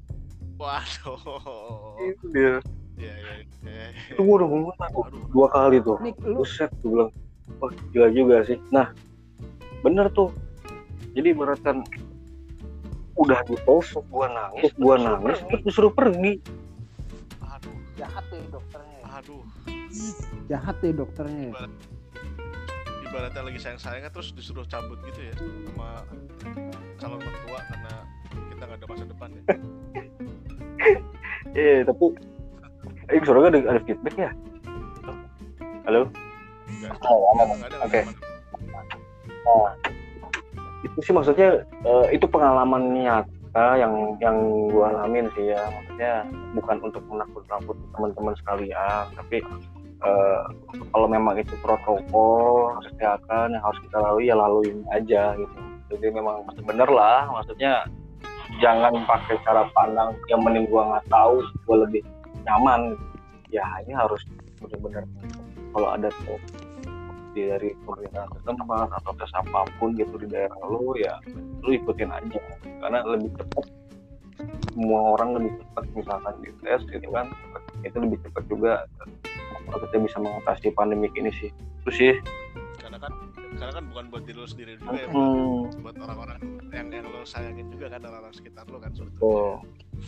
Waduh. Itu dia. Iya. Itu gue udah muntah 2 kali tuh. Buset, gue bilang, wah gila juga sih. Nah, bener tuh. Jadi ibaratkan udah ditusuk, gue nangis, terus disuruh pergi. Aduh, jahat ya dokternya. Jahat ya dokternya. Ibaratnya lagi sayang-sayangnya terus disuruh cabut gitu ya sama calon mertua karena kita nggak ada masa depan ya. Tapi suaranya ada feedback ya? Halo? Aman. Oke. Nah, itu sih maksudnya itu pengalaman nyata yang gue alamin sih ya. Maksudnya bukan untuk menakut-nakuti teman-teman sekalian, tapi kalau memang itu protokol kesehatan yang harus kita lalui ya laluin aja gitu. Jadi memang bener lah, maksudnya jangan pakai cara pandang yang mending gua nggak tahu gua lebih nyaman. Ya ini harus benar-benar kalau ada tuh dari pemerintah setempat atau tes apapun gitu di daerah lu, ya lu ikutin aja karena lebih cepat. Semua orang lebih cepat misalkan dites gitu kan, itu lebih cepat juga kalau kita bisa mengatasi pandemi ini sih. Itu sih. Karena kan bukan buat diri lu sendiri juga ya, buat orang-orang yang lo sayangin juga kan, orang-orang sekitar lo kan sebetulnya.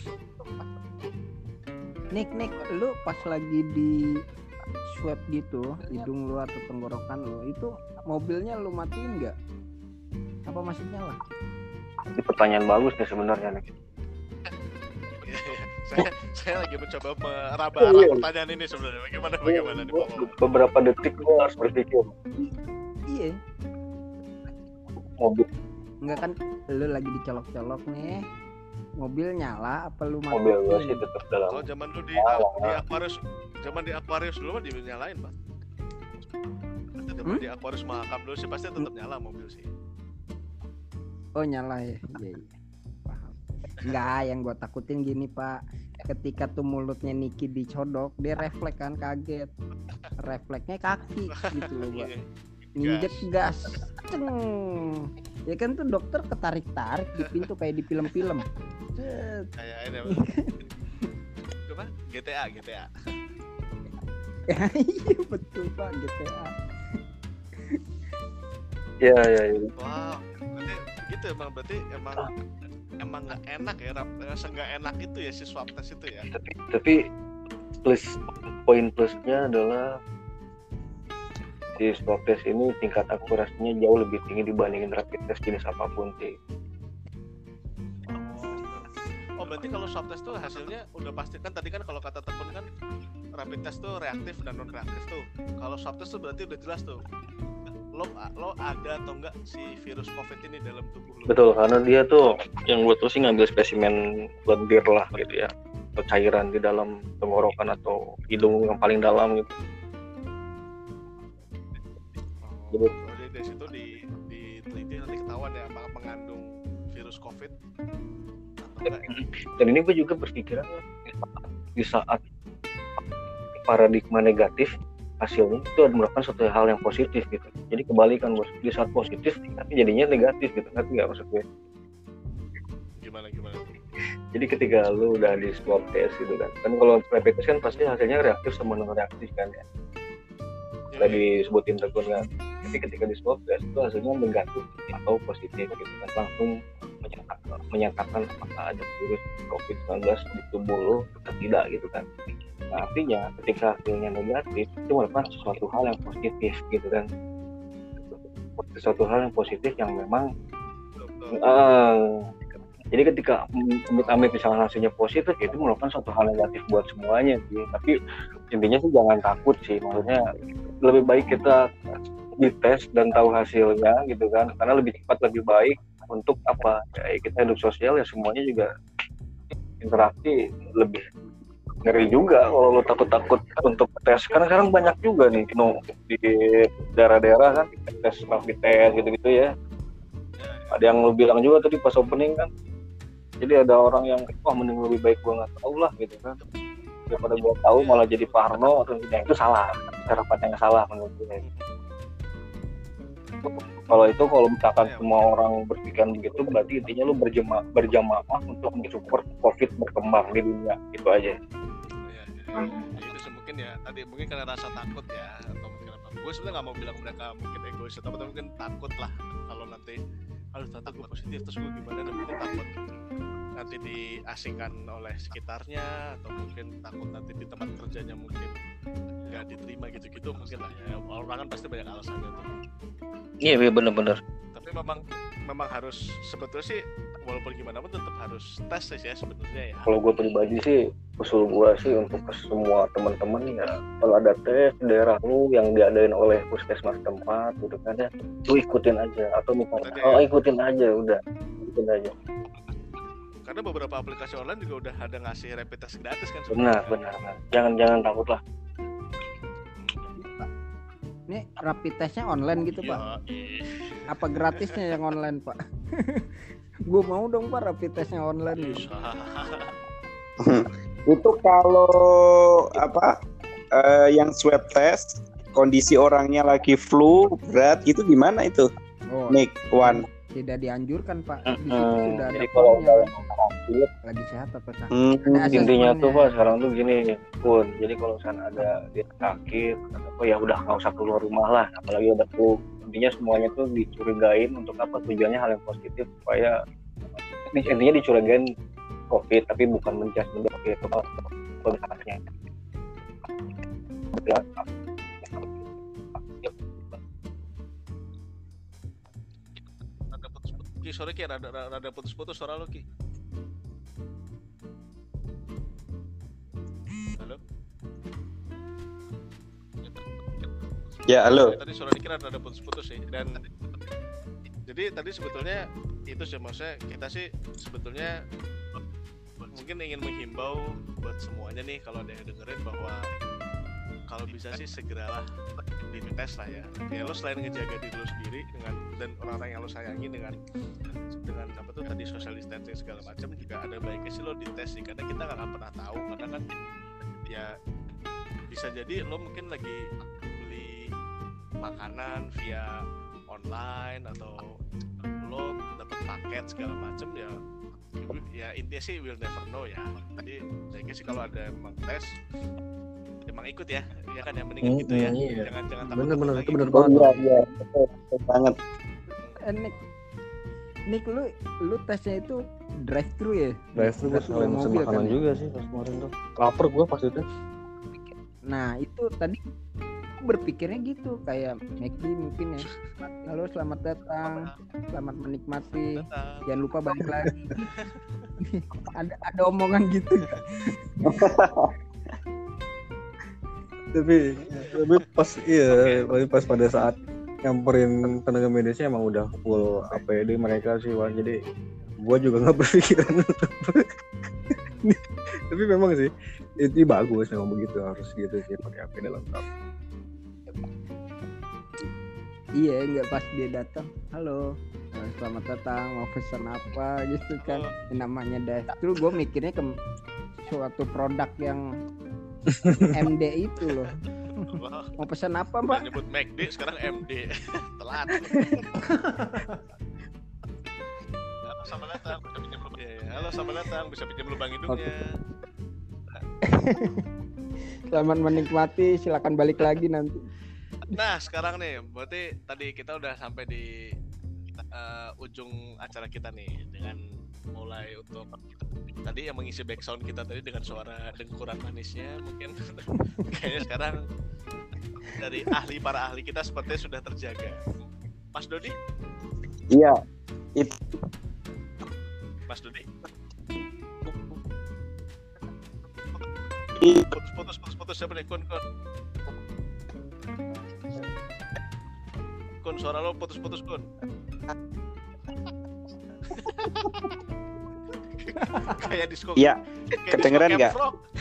Nick, lu pas lagi di swab gitu hidung lu atau tenggorokan lu, itu mobilnya lu matiin nggak? Apa masih nyala? Ini pertanyaan bagus nih sebenarnya nih. Saya lagi mencoba meraba-raba pertanyaan ini sebenarnya. Bagaimana nih Pak? Beberapa detik gue harus berpikir. Iya. Mobil. Enggak kan, lu lagi dicolok-colok nih. Mobil nyala apa lu matiin? Mobil gue sih tetap dalam. Kalau zaman lu di Aquarius dulu mah dinyalain, Pak. Di Aquarius Mahakam dulu sih pasti tetap nyala mobil sih. Oh, nyala ya. Iya. Paham. Enggak, yang gue takutin gini, Pak. Ketika tuh mulutnya Niki dicodok, dia refleks kan, kaget. Refleksnya kaki gitu loh, Pak. Injek gas. Ya kan tuh dokter ketarik-tarik di pintu kayak di film-film. Kayak ini apa? GTA. Iya betul Pak, GTA. Iya. Wow, berarti emang nggak enak ya, rasa nggak enak itu ya si swab test itu ya. Tapi poin plusnya adalah si swab test ini tingkat akurasinya jauh lebih tinggi dibandingin rapid test jenis apapun sih. berarti kalau swab test tuh hasilnya udah pasti kan, tadi kan kalau kata Tekun kan rapid test tuh reaktif dan non reaktif tuh. Kalau swab test tuh berarti udah jelas tuh lo ada atau enggak si virus COVID ini dalam tubuh lo. Betul, karena dia tuh yang gue tuh sih ngambil spesimen lendir lah gitu ya, atau cairan di dalam tenggorokan atau hidung yang paling dalam gitu. Jadi dari situ diteliti nanti ketahuan ya apakah mengandung virus COVID atau enggak. Dan ini gue juga berpikiran di saat paradigma negatif hasilnya itu merupakan suatu hal yang positif gitu. Jadi kebalikan bos, di saat positif tapi jadinya negatif gitu, ngerti nggak maksud gue? Gimana? Jadi ketika lu udah di swab test gitu kan kalau rapid test kan pasti hasilnya reaktif sama non reaktif kan ya. Tadi disebutin Tekun kan. Tapi ketika di swab test itu hasilnya negatif atau positif gitu kan, langsung menyatakan apakah ada virus COVID-19 di tubuh lu atau tidak gitu kan. Nah, artinya ketika hasilnya negatif itu merupakan sesuatu hal yang positif gitu kan, sesuatu hal yang positif yang memang jadi ketika amit-amit misalnya hasilnya positif itu merupakan suatu hal negatif buat semuanya sih. Tapi intinya sih jangan takut sih, maksudnya lebih baik kita dites dan tahu hasilnya gitu kan, karena lebih cepat lebih baik untuk apa ya, kita hidup sosial ya, semuanya juga interaksi lebih. Ngeri juga kalau lo takut-takut untuk tes, karena sekarang banyak juga nih di daerah-daerah kan tes rapid test gitu-gitu ya. Ada yang lo bilang juga tadi pas opening kan, jadi ada orang yang mending lebih baik gua nggak tahu lah gitu kan, daripada gua tahu malah jadi parno atau tidak. Itu salah, cara pandang yang salah menurut gue. Kalau misalkan semua orang berpikir begitu, berarti intinya lu berjamaah untuk mensupport COVID berkembang di dunia, itu aja. Itu mungkin ya tadi mungkin karena rasa takut ya, atau mungkin apa. Gue sebenarnya nggak mau bilang mereka mungkin egois atau apa, mungkin takut lah kalau nanti ternyata gue positif terus gue gimana, dan mungkin takut nanti diasingkan oleh sekitarnya, atau mungkin takut nanti di tempat kerjanya mungkin nggak diterima gitu-gitu mungkin lah ya. Orang kan pasti banyak alasannya tuh. Iya benar-benar. Tapi memang harus sebetulnya sih, walaupun gimana pun tetap harus tes ya sebenarnya ya. Kalau gue pribadi sih, usul gue sih untuk ke semua teman-teman ya, kalau ada tes di daerah lu yang diadain oleh puskesmas tempat gitu kan ya, lu ikutin aja, atau misalnya ikutin aja udah, ikutin aja. Karena beberapa aplikasi online juga udah ada ngasih rapid test gratis kan. Benar. Jangan takut lah. Ini rapid testnya online gitu Pak? Apa gratisnya yang online Pak? Gue mau dong Pak rapid testnya online gitu. Itu kalau yang swab test kondisi orangnya lagi flu berat gitu gimana itu? Nick one. Tidak dianjurkan Pak. Di situ sudah ada lagi sehat apa tak? Intinya tuh Pak sekarang tuh gini pun. Jadi kalau misalnya ada dia sakit atau ya udah nggak usah keluar rumah lah. Apalagi ada flu. Intinya semuanya tuh dicurigain untuk apa, tujuannya hal yang positif supaya intinya dicurigain COVID tapi bukan menjudge COVID atau misalnya. Ki, sorry Ki, rada putus-putus suara lo Ki. Halo? Ya halo. Tadi suara Ki rada putus-putus sih. Dan jadi tadi sebetulnya itu sih, maksudnya kita sih sebetulnya mungkin ingin menghimbau buat semuanya nih, kalau ada yang dengerin, bahwa kalau bisa sih segeralah dites lah ya. Ya lo selain ngejaga diri lo sendiri dan orang-orang yang lo sayangi dengan apa tuh tadi social distancing segala macam, juga ada baiknya sih lo dites sih, karena kita nggak akan pernah tahu. Karena kan ya bisa jadi lo mungkin lagi beli makanan via online atau lo dapat paket segala macam ya intinya sih we'll never know ya. Jadi baiknya sih kalau ada emang tes emang ikut ya kan, yang mendingan gitu ya. Jangan takut. Bener itu bener banget. Iya, betul banget. Nick lu tesnya itu drive thru ya? Drive thru gue suka mesen makanan kan juga sih pas kemarin tuh. Lapar gue pas itu. Nah itu tadi aku berpikirnya gitu kayak McD mungkin ya. Halo, selamat datang, selamat menikmati, jangan lupa balik lagi. ada omongan gitu. tapi pas pada saat nyamperin tenaga medisnya emang udah full APD mereka sih, Wan. Jadi gua juga nggak berpikiran tapi memang sih itu bagus memang begitu, harus gitu sih pakai APD lengkap. Iya, nggak pas dia datang, halo, selamat datang, mau pesan apa gitu kan, namanya dah. Terus gue mikirnya ke suatu produk yang MD itu loh. Mau pesan apa, Mbak? Nyebut McD sekarang MD. Telat. Halo, selamat datang, bisa pinjam lubang. Halo, selamat datang, bisa pinjam lubang hidungnya. Selamat menikmati, silakan balik lagi nanti. Nah, sekarang nih, berarti tadi kita udah sampai di ujung acara kita nih, dengan mulai untuk tadi yang mengisi background kita tadi dengan suara dengkuran manisnya mungkin. Kayaknya sekarang dari para ahli kita sepertinya sudah terjaga. Mas Dodi? Iya. Mas Dodi? Putus siapa nih? Kun, suara lo putus Kun. Kayak disco. Iya. Kedengeran nggak?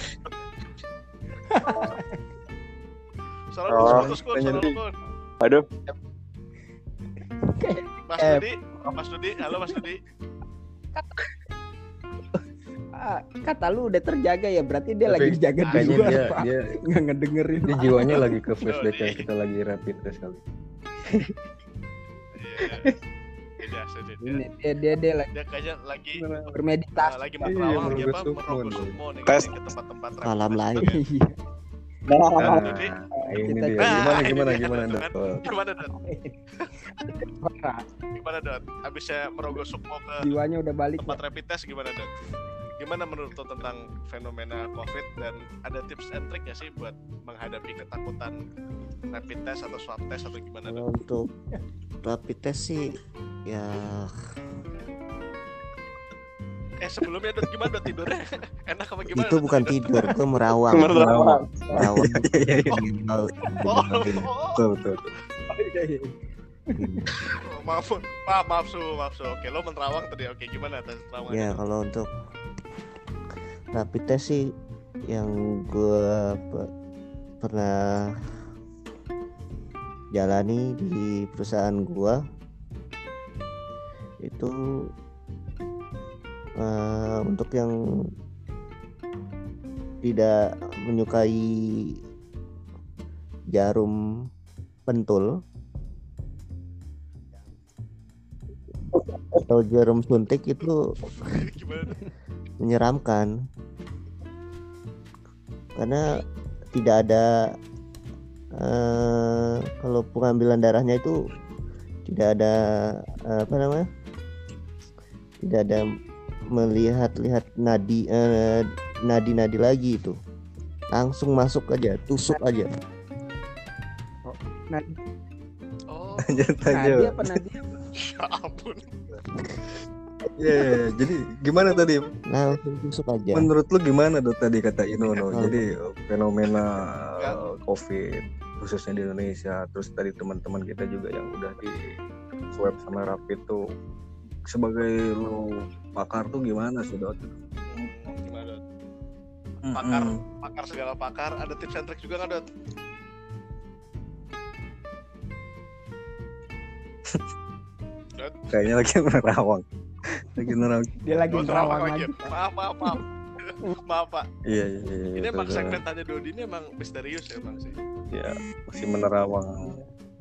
Suara lo putus Kun. Aduh. Mas Dodi, halo Mas Dodi. Kata lu udah terjaga ya, berarti dia tapi lagi jaga di luar, Pak. dia nggak ngedengerin. dia jiwanya lagi ke flashback yang kita lagi rapid test kali. Dia lagi Dia kayaknya lagi bermeditasi. lagi menerawang dia apa merogoh sumo nih Tes. ke tempat-tempat Alam lain. Iya. Nah, Jadi Ini Kita- dia. Gimana Gimana Dok? Gimana Dot? Abisnya merogoh sumo ke Jiwanya udah balik. tempat rapid test gimana Dot? Gimana menurut lo tentang fenomena COVID dan ada tips and trick ya sih buat menghadapi ketakutan rapid test atau swab test atau gimana Kalau Dot? untuk rapid test sih ya Sebelumnya Dot gimana Dot tidurnya? Enak apa gimana? itu Dot, bukan tidur, gue merawang. menerawang. Merawang. Oh, Betul. maaf su. Oke, lo menerawang tadi. Oke, gimana tes terawang? Ya kalau untuk rapid test sih yang gue pernah jalani di perusahaan gue itu untuk yang tidak menyukai jarum pentul atau jarum suntik itu Gimana? menyeramkan karena tidak ada kalau pengambilan darahnya itu tidak ada tidak ada melihat nadi lagi, itu langsung masuk aja, tusuk aja. Oh, Lanjut Nadia apa Nadia? ya ampun. Iya. Jadi gimana tadi? Langsung tusuk aja. Menurut lu gimana Dok tadi kata Inono? Ya, Jadi fenomena COVID khususnya di Indonesia, terus tadi teman-teman kita juga yang udah di swab sama rapid tuh, sebagai lu pakar tuh gimana sih Dok? Gimana Dot? Pakar segala pakar, ada tips and trick juga nggak Dot? Dot? Kayaknya lagi menerawang. Dia lagi Oh, nerawang lagi. lagi. Maaf Pak. Iya. Ini emang betul. segmen tanya Dodi ini emang misterius ya emang sih. Ya, masih menerawang.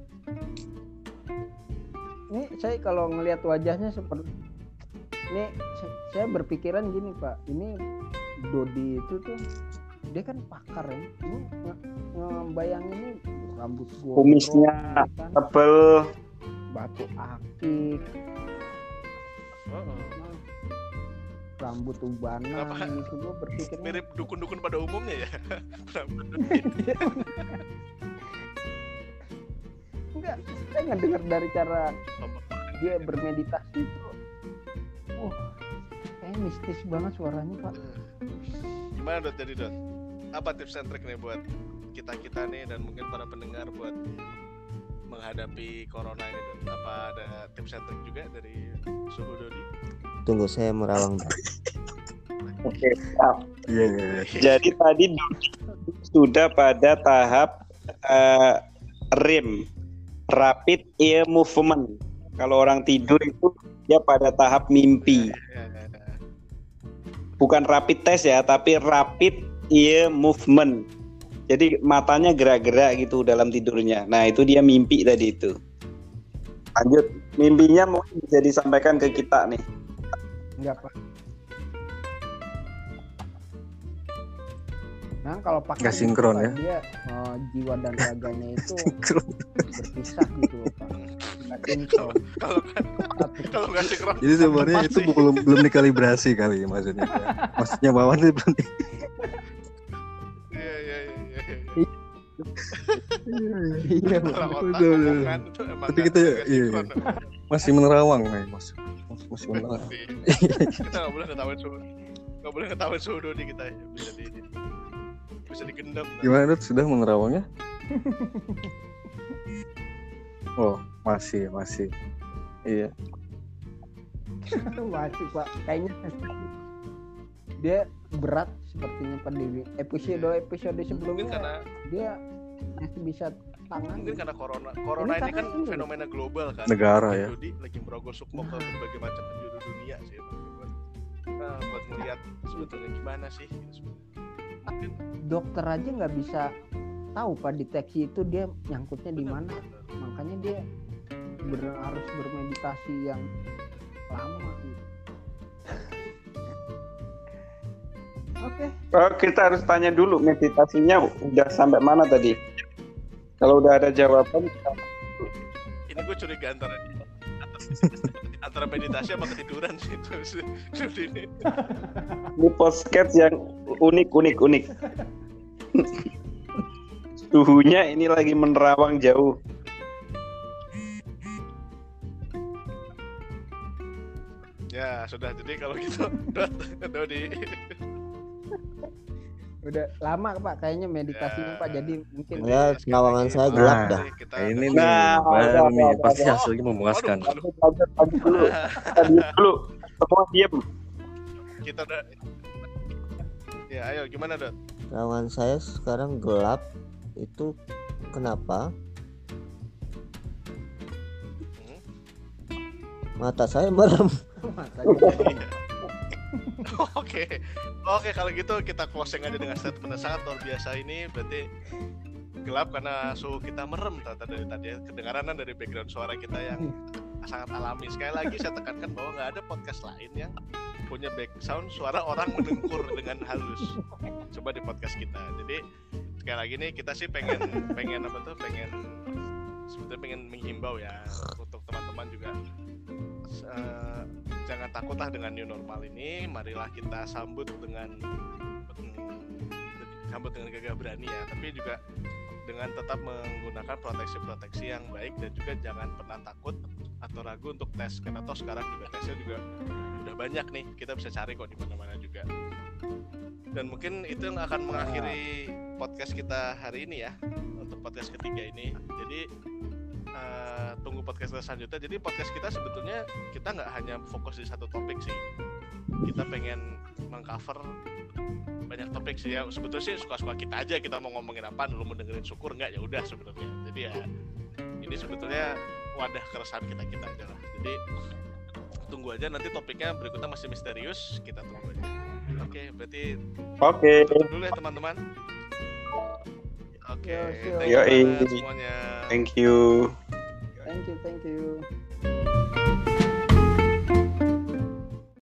Ini saya kalau ngelihat wajahnya seperti ini, saya berpikiran gini Pak, ini Dodi itu tuh dia kan pakar ya, ini ngebayanginnya rambut gondrong, Kumisnya kan? tebel. Batu akik, Oh. rambut ubanan Kenapa? gitu, gue berpikirnya Mirip dukun-dukun pada umumnya ya. saya nggak dengar dari cara dia bermeditasi itu. Kayak mistis banget suaranya, Pak. Gimana Dot jadi Dot? Apa tips and trick nih buat kita nih dan mungkin para pendengar buat menghadapi corona ini Dot? Apa ada tips and trick juga dari Suhu Dodi? Tunggu saya merawang. Oke, siap. Iya. Jadi tadi sudah pada tahap REM, rapid eye movement. Kalau orang tidur itu dia pada tahap mimpi. Bukan rapid test ya, tapi rapid eye movement. Jadi matanya gerak-gerak gitu dalam tidurnya. Nah, itu dia mimpi tadi itu. Lanjut, mimpinya mungkin bisa disampaikan ke kita nih. Enggak, Pak. Nah, kalau pakai Nggak sinkron Pak, ya. dia jiwa dan raganya itu berpisah gitu loh, Pak. Nggak sinkron. Kalau nggak sinkron. Jadi sebenarnya itu belum dikalibrasi kali maksudnya. Maksudnya Wawan itu belum. Iya, Orang-orang itu emang Tapi kita masih menerawang nih, Mas. Masih menerawang. Kita nggak boleh ngetawain suhu Dodi kita ya. Bisa digendam. Gimana Dut? Sudah menerawangnya? Oh, masih. Iya. masih, Pak. Kayaknya dia berat sepertinya pandemi. Episode sebelumnya karena dia masih bisa tangan. Mungkin karena corona ini kan fenomena global kan. Negara ya. Jadi lagi merogosuk mau ke berbagai macam penjuru dunia sih. Buat melihat sebetulnya gimana sih mungkin dokter aja nggak bisa tahu Pak deteksi itu dia nyangkutnya di mana. Makanya dia harus bermeditasi yang lama gitu. Oke. Kita harus tanya dulu meditasinya udah sampai mana tadi. Kalau udah ada jawaban, ini gue curiga antara meditasi sama ketiduran sih itu ini. Ini podcast yang unik. Suhunya ini lagi menerawang jauh. Ya sudah, jadi kalau gitu Dodi. Udah lama Pak kayaknya meditasinya Pak, jadi mungkin Ya, perawangan saya gelap dah. Ini nih, baru nih, pasti hasilnya memuaskan. Lanjut dulu. Semua diam. Kita udah. Ya, ayo gimana Dot? Perawangan saya sekarang gelap. Itu kenapa? Mata saya merem. Oke, kalau gitu kita closing aja dengan statement yang sangat luar biasa ini. Berarti gelap karena suhu kita merem ternyata dari tadi. Kedengaran dari background suara kita yang sangat alami. Sekali lagi saya tekankan bahwa nggak ada podcast lain yang punya background suara orang mendengkur dengan halus. Coba di podcast kita. Jadi sekali lagi nih kita sih pengen sebetulnya pengen menghimbau ya untuk teman-teman juga. Jangan takutlah dengan new normal ini. Marilah kita sambut dengan gagah berani ya, tapi juga dengan tetap menggunakan proteksi yang baik, dan juga jangan pernah takut atau ragu untuk tes, karena toh sekarang juga tesnya juga udah banyak nih, kita bisa cari kok di mana-mana juga. Dan mungkin itu yang akan mengakhiri podcast kita hari ini ya, untuk podcast ketiga ini. Jadi tunggu podcast kita selanjutnya. Jadi podcast kita sebetulnya kita nggak hanya fokus di satu topik sih, kita pengen mengcover banyak topik sih ya. Sebetulnya sih suka-suka kita aja, kita mau ngomongin apa, lu mau dengerin syukur nggak ya udah sebetulnya. Jadi ya ini sebetulnya wadah keresahan kita aja lah. Jadi tunggu aja, nanti topiknya berikutnya masih misterius, kita tunggu aja. Oke, berarti tutup dulu ya teman-teman. Oke, thank you semuanya. Thank you. Thank you.